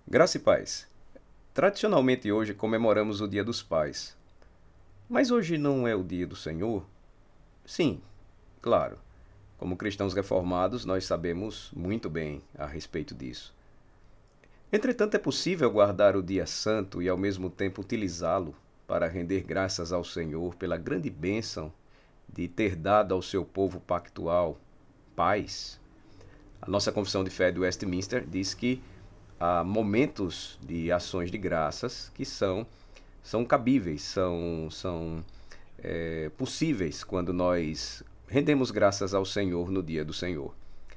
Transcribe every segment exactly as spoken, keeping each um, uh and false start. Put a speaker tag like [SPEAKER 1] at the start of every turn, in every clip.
[SPEAKER 1] Graça e paz. Tradicionalmente hoje comemoramos o Dia dos Pais. Mas hoje não é o Dia do Senhor? Sim, claro. Como cristãos reformados, nós sabemos muito bem a respeito disso. Entretanto, é possível guardar o dia santo e ao mesmo tempo utilizá-lo para render graças ao Senhor pela grande bênção de ter dado ao seu povo pactual paz. A nossa Confissão de Fé de Westminster diz que há momentos de ações de graças que são, são cabíveis, são, são é, possíveis quando nós rendemos graças ao Senhor no dia do Senhor.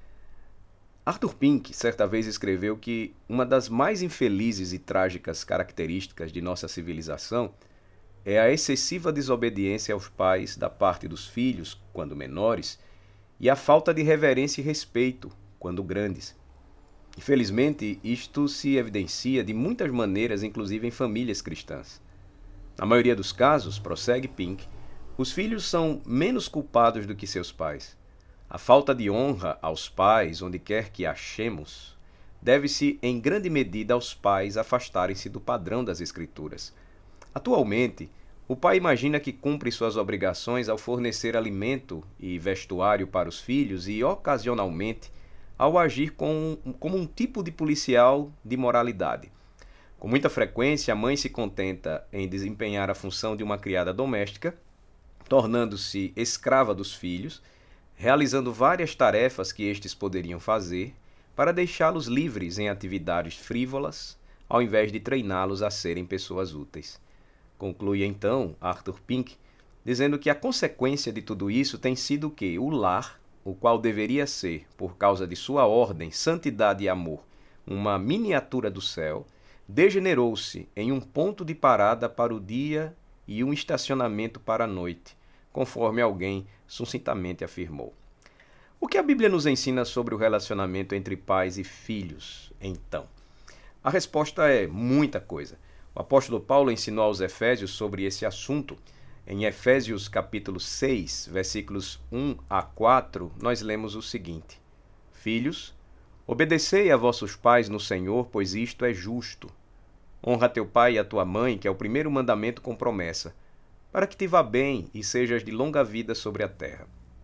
[SPEAKER 1] Arthur Pink certa vez escreveu que uma das mais infelizes e trágicas características de nossa civilização é a excessiva desobediência aos pais da parte dos filhos, quando menores, e a falta de reverência e respeito, quando grandes. Infelizmente, isto se evidencia de muitas maneiras, inclusive em famílias cristãs. Na maioria dos casos, prossegue Pink, os filhos são menos culpados do que seus pais. A falta de honra aos pais, onde quer que achemos, deve-se em grande medida aos pais afastarem-se do padrão das Escrituras. Atualmente, o pai imagina que cumpre suas obrigações ao fornecer alimento e vestuário para os filhos e, ocasionalmente, ao agir com, como um tipo de policial de moralidade. Com muita frequência, a mãe se contenta em desempenhar a função de uma criada doméstica, tornando-se escrava dos filhos, realizando várias tarefas que estes poderiam fazer para deixá-los livres em atividades frívolas, ao invés de treiná-los a serem pessoas úteis. Conclui então Arthur Pink, dizendo que a consequência de tudo isso tem sido que o lar, o qual deveria ser, por causa de sua ordem, santidade e amor, uma miniatura do céu, degenerou-se em um ponto de parada para o dia e um estacionamento para a noite, conforme alguém sucintamente afirmou. O que a Bíblia nos ensina sobre o relacionamento entre pais e filhos, então? A resposta é muita coisa. O apóstolo Paulo ensinou aos Efésios sobre esse assunto. Em Efésios capítulo seis, versículos um a quatro, nós lemos o seguinte: Filhos, obedecei a vossos pais no Senhor, pois isto é justo. Honra teu pai e a tua mãe, que é o primeiro mandamento com promessa, para que te vá bem e sejas de longa vida sobre a terra.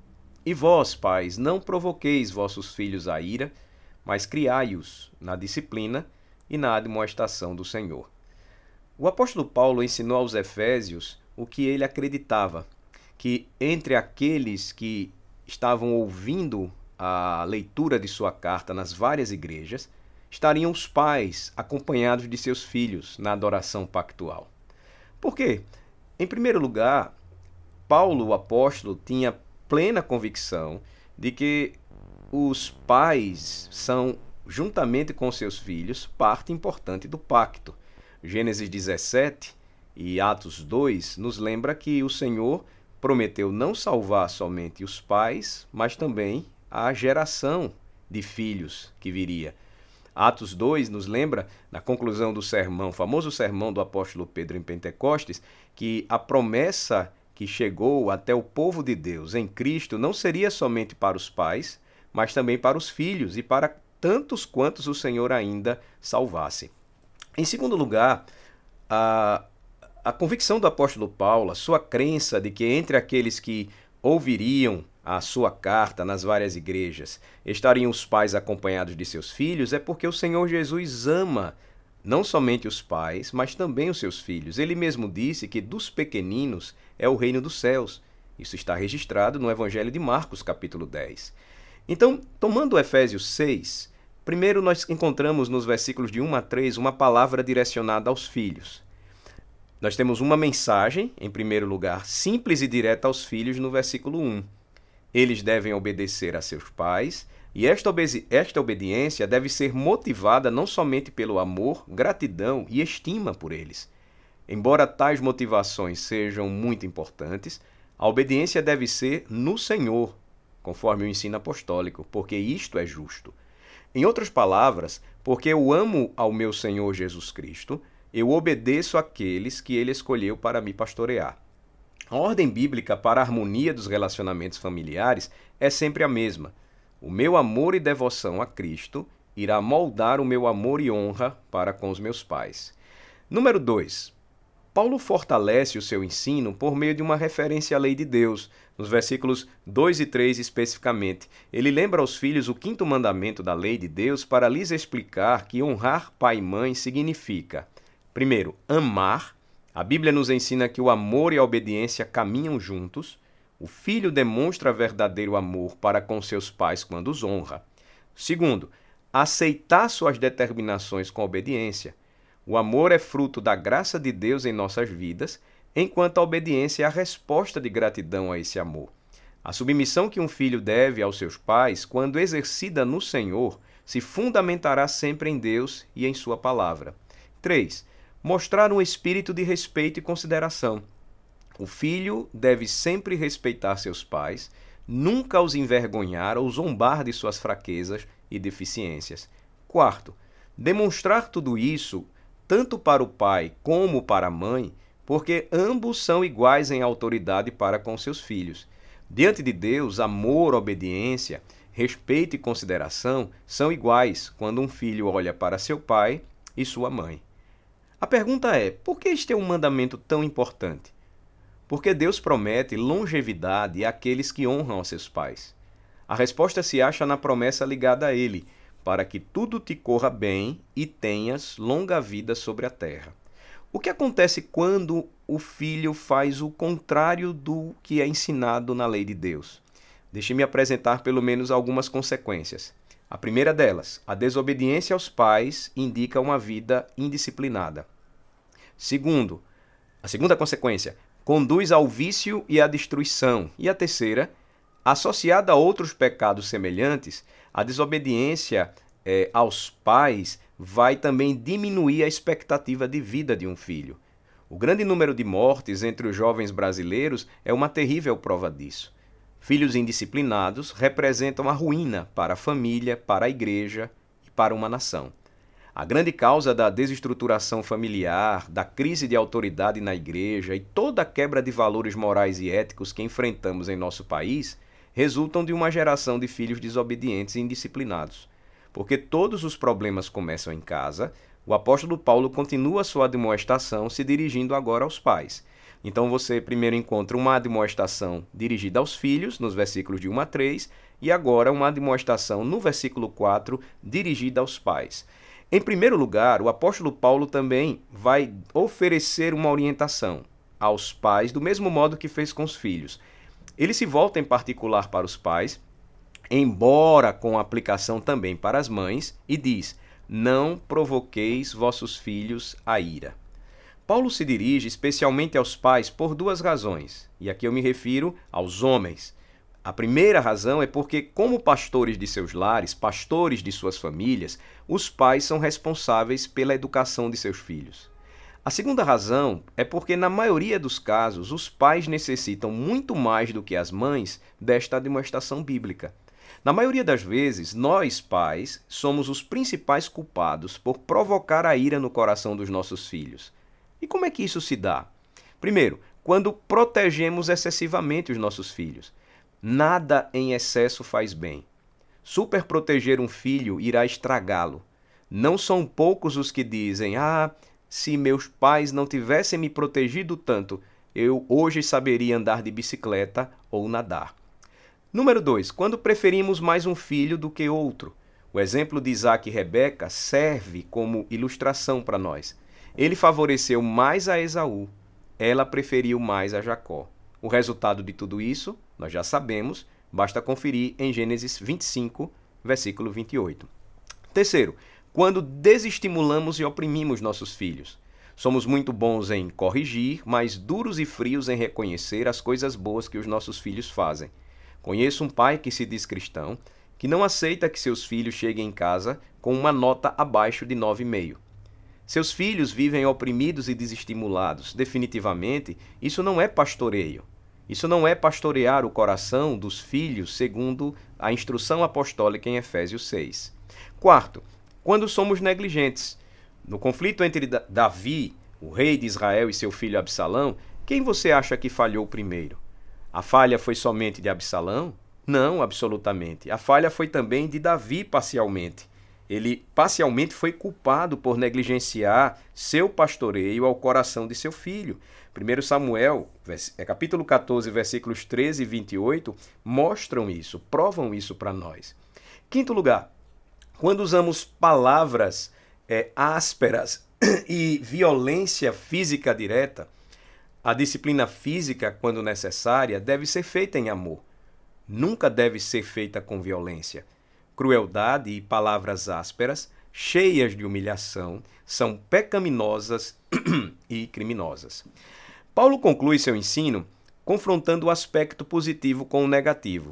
[SPEAKER 1] E vós, pais, não provoqueis vossos filhos à ira, mas criai-os na disciplina e na admoestação do Senhor. O apóstolo Paulo ensinou aos Efésios o que ele acreditava, que entre aqueles que estavam ouvindo a leitura de sua carta nas várias igrejas, estariam os pais acompanhados de seus filhos na adoração pactual. Por quê? Em primeiro lugar, Paulo, o apóstolo, tinha plena convicção de que os pais são, juntamente com seus filhos, parte importante do pacto. Gênesis dezessete e Atos dois nos lembra que o Senhor prometeu não salvar somente os pais, mas também a geração de filhos que viria. Atos dois nos lembra, na conclusão do sermão, o famoso sermão do apóstolo Pedro em Pentecostes, que a promessa que chegou até o povo de Deus em Cristo não seria somente para os pais, mas também para os filhos e para tantos quantos o Senhor ainda salvasse. Em segundo lugar, a, a convicção do apóstolo Paulo, a sua crença de que entre aqueles que ouviriam a sua carta nas várias igrejas estariam os pais acompanhados de seus filhos, é porque o Senhor Jesus ama não somente os pais, mas também os seus filhos. Ele mesmo disse que dos pequeninos é o reino dos céus. Isso está registrado no Evangelho de Marcos, capítulo dez. Então, tomando Efésios seis, primeiro nós encontramos nos versículos de um a três uma palavra direcionada aos filhos. Nós temos uma mensagem, em primeiro lugar, simples e direta aos filhos no versículo um. Eles devem obedecer a seus pais, e esta, obedi- esta obediência deve ser motivada não somente pelo amor, gratidão e estima por eles. Embora tais motivações sejam muito importantes, a obediência deve ser no Senhor, conforme o ensino apostólico, porque isto é justo. Em outras palavras, porque eu amo ao meu Senhor Jesus Cristo, eu obedeço àqueles que ele escolheu para me pastorear. A ordem bíblica para a harmonia dos relacionamentos familiares é sempre a mesma. O meu amor e devoção a Cristo irá moldar o meu amor e honra para com os meus pais. Número dois. Paulo fortalece o seu ensino por meio de uma referência à lei de Deus, nos versículos dois e três especificamente. Ele lembra aos filhos o quinto mandamento da lei de Deus para lhes explicar que honrar pai e mãe significa, primeiro, amar. A Bíblia nos ensina que o amor e a obediência caminham juntos. O filho demonstra verdadeiro amor para com seus pais quando os honra. Segundo, aceitar suas determinações com obediência. O amor é fruto da graça de Deus em nossas vidas, enquanto a obediência é a resposta de gratidão a esse amor. A submissão que um filho deve aos seus pais, quando exercida no Senhor, se fundamentará sempre em Deus e em sua palavra. três. Mostrar um espírito de respeito e consideração. O filho deve sempre respeitar seus pais, nunca os envergonhar ou zombar de suas fraquezas e deficiências. Quarto, demonstrar tudo isso tanto para o pai como para a mãe, porque ambos são iguais em autoridade para com seus filhos. Diante de Deus, amor, obediência, respeito e consideração são iguais quando um filho olha para seu pai e sua mãe. A pergunta é, por que este é um mandamento tão importante? Porque Deus promete longevidade àqueles que honram a seus pais. A resposta se acha na promessa ligada a ele, para que tudo te corra bem e tenhas longa vida sobre a terra. O que acontece quando o filho faz o contrário do que é ensinado na lei de Deus? Deixe-me apresentar pelo menos algumas consequências. A primeira delas, a desobediência aos pais indica uma vida indisciplinada. Segundo, a segunda consequência, conduz ao vício e à destruição. E a terceira, associada a outros pecados semelhantes, a desobediência eh, aos pais vai também diminuir a expectativa de vida de um filho. O grande número de mortes entre os jovens brasileiros é uma terrível prova disso. Filhos indisciplinados representam a ruína para a família, para a igreja e para uma nação. A grande causa da desestruturação familiar, da crise de autoridade na igreja e toda a quebra de valores morais e éticos que enfrentamos em nosso país resultam de uma geração de filhos desobedientes e indisciplinados. Porque todos os problemas começam em casa, o apóstolo Paulo continua sua admoestação se dirigindo agora aos pais. Então você primeiro encontra uma admoestação dirigida aos filhos, nos versículos de um a três, e agora uma admoestação no versículo quatro, dirigida aos pais. Em primeiro lugar, o apóstolo Paulo também vai oferecer uma orientação aos pais, do mesmo modo que fez com os filhos. Ele se volta em particular para os pais, embora com aplicação também para as mães, e diz: não provoqueis vossos filhos a ira. Paulo se dirige especialmente aos pais por duas razões, e aqui eu me refiro aos homens. A primeira razão é porque, como pastores de seus lares, pastores de suas famílias, os pais são responsáveis pela educação de seus filhos. A segunda razão é porque, na maioria dos casos, os pais necessitam muito mais do que as mães desta admoestação bíblica. Na maioria das vezes, nós, pais, somos os principais culpados por provocar a ira no coração dos nossos filhos. E como é que isso se dá? Primeiro, quando protegemos excessivamente os nossos filhos. Nada em excesso faz bem. Superproteger um filho irá estragá-lo. Não são poucos os que dizem: ah, se meus pais não tivessem me protegido tanto, eu hoje saberia andar de bicicleta ou nadar. Número dois. Quando preferimos mais um filho do que outro. O exemplo de Isaac e Rebeca serve como ilustração para nós. Ele favoreceu mais a Esaú, ela preferiu mais a Jacó. O resultado de tudo isso, nós já sabemos, basta conferir em Gênesis vinte e cinco, versículo vinte e oito. Terceiro, quando desestimulamos e oprimimos nossos filhos. Somos muito bons em corrigir, mas duros e frios em reconhecer as coisas boas que os nossos filhos fazem. Conheço um pai que se diz cristão, que não aceita que seus filhos cheguem em casa com uma nota abaixo de nove vírgula cinco. Seus filhos vivem oprimidos e desestimulados. Definitivamente, isso não é pastoreio. Isso não é pastorear o coração dos filhos segundo a instrução apostólica em Efésios seis. Quarto, quando somos negligentes. No conflito entre Davi, o rei de Israel, e seu filho Absalão, quem você acha que falhou primeiro? A falha foi somente de Absalão? Não, absolutamente. A falha foi também de Davi parcialmente. Ele parcialmente foi culpado por negligenciar seu pastoreio ao coração de seu filho. primeiro Samuel, capítulo catorze, versículos treze e vinte e oito, mostram isso, provam isso para nós. Quinto lugar, quando usamos palavras é, ásperas e violência física direta, a disciplina física, quando necessária, deve ser feita em amor. Nunca deve ser feita com violência. Crueldade e palavras ásperas, cheias de humilhação, são pecaminosas e criminosas. Paulo conclui seu ensino confrontando o aspecto positivo com o negativo.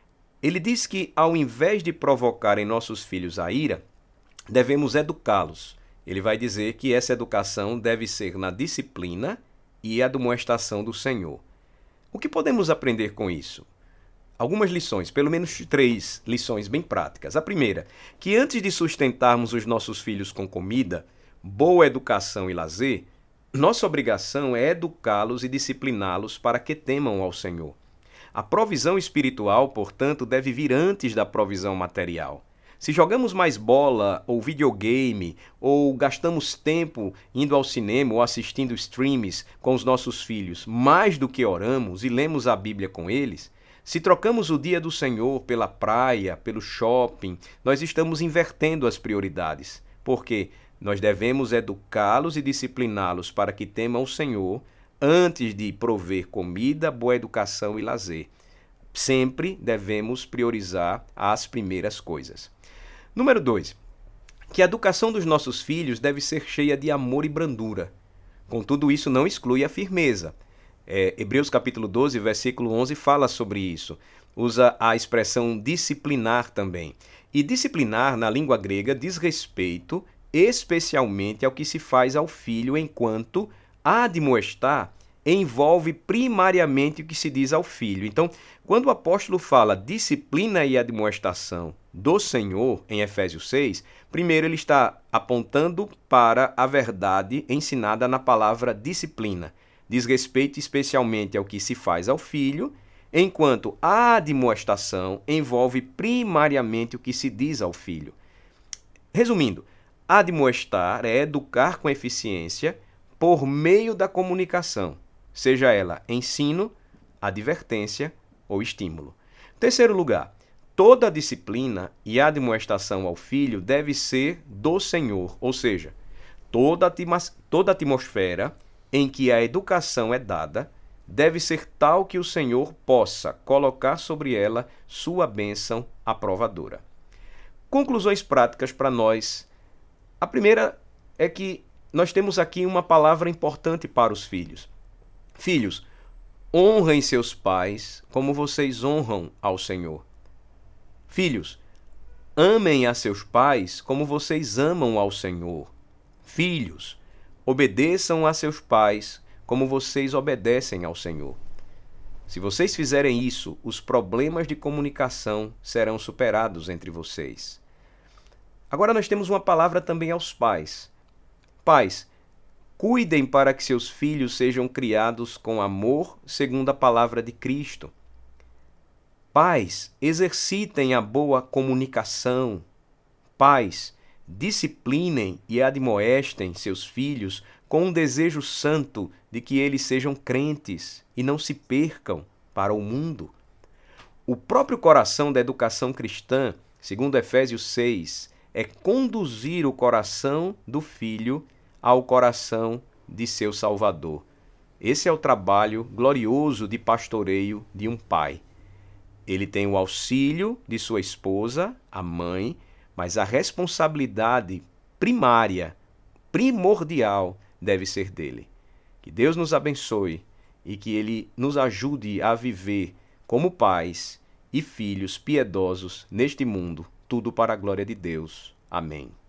[SPEAKER 1] Ele diz que, ao invés de provocar em nossos filhos a ira, devemos educá-los. Ele vai dizer que essa educação deve ser na disciplina e admoestação do Senhor. O que podemos aprender com isso? Algumas lições, pelo menos três lições bem práticas. A primeira, que antes de sustentarmos os nossos filhos com comida, boa educação e lazer, nossa obrigação é educá-los e discipliná-los para que temam ao Senhor. A provisão espiritual, portanto, deve vir antes da provisão material. Se jogamos mais bola ou videogame, ou gastamos tempo indo ao cinema ou assistindo streams com os nossos filhos, mais do que oramos e lemos a Bíblia com eles, se trocamos o dia do Senhor pela praia, pelo shopping, nós estamos invertendo as prioridades, porque nós devemos educá-los e discipliná-los para que temam o Senhor antes de prover comida, boa educação e lazer. Sempre devemos priorizar as primeiras coisas. Número dois, que a educação dos nossos filhos deve ser cheia de amor e brandura. Contudo, isso não exclui a firmeza. É, Hebreus capítulo doze, versículo onze, fala sobre isso. Usa a expressão disciplinar também. E disciplinar, na língua grega, diz respeito especialmente ao que se faz ao filho, enquanto admoestar envolve primariamente o que se diz ao filho. Então, quando o apóstolo fala disciplina e admoestação do Senhor, em Efésios seis, primeiro ele está apontando para a verdade ensinada na palavra disciplina. Diz respeito especialmente ao que se faz ao filho, enquanto a admoestação envolve primariamente o que se diz ao filho. Resumindo, admoestar é educar com eficiência por meio da comunicação, seja ela ensino, advertência ou estímulo. Terceiro lugar, toda disciplina e admoestação ao filho deve ser do Senhor, ou seja, toda toda atmosfera em que a educação é dada deve ser tal que o Senhor possa colocar sobre ela sua bênção aprovadora. Conclusões práticas para nós. A primeira é que nós temos aqui uma palavra importante para os filhos. Filhos, honrem seus pais como vocês honram ao Senhor. Filhos, amem a seus pais como vocês amam ao Senhor. Filhos, obedeçam a seus pais como vocês obedecem ao Senhor. Se vocês fizerem isso, os problemas de comunicação serão superados entre vocês. Agora nós temos uma palavra também aos pais. Pais, cuidem para que seus filhos sejam criados com amor segundo a palavra de Cristo. Pais, exercitem a boa comunicação. Pais, disciplinem e admoestem seus filhos com um desejo santo de que eles sejam crentes e não se percam para o mundo. O próprio coração da educação cristã, segundo Efésios seis, é conduzir o coração do filho ao coração de seu Salvador. Esse é o trabalho glorioso de pastoreio de um pai. Ele tem o auxílio de sua esposa, a mãe, mas a responsabilidade primária, primordial, deve ser dele. Que Deus nos abençoe e que Ele nos ajude a viver como pais e filhos piedosos neste mundo, tudo para a glória de Deus. Amém.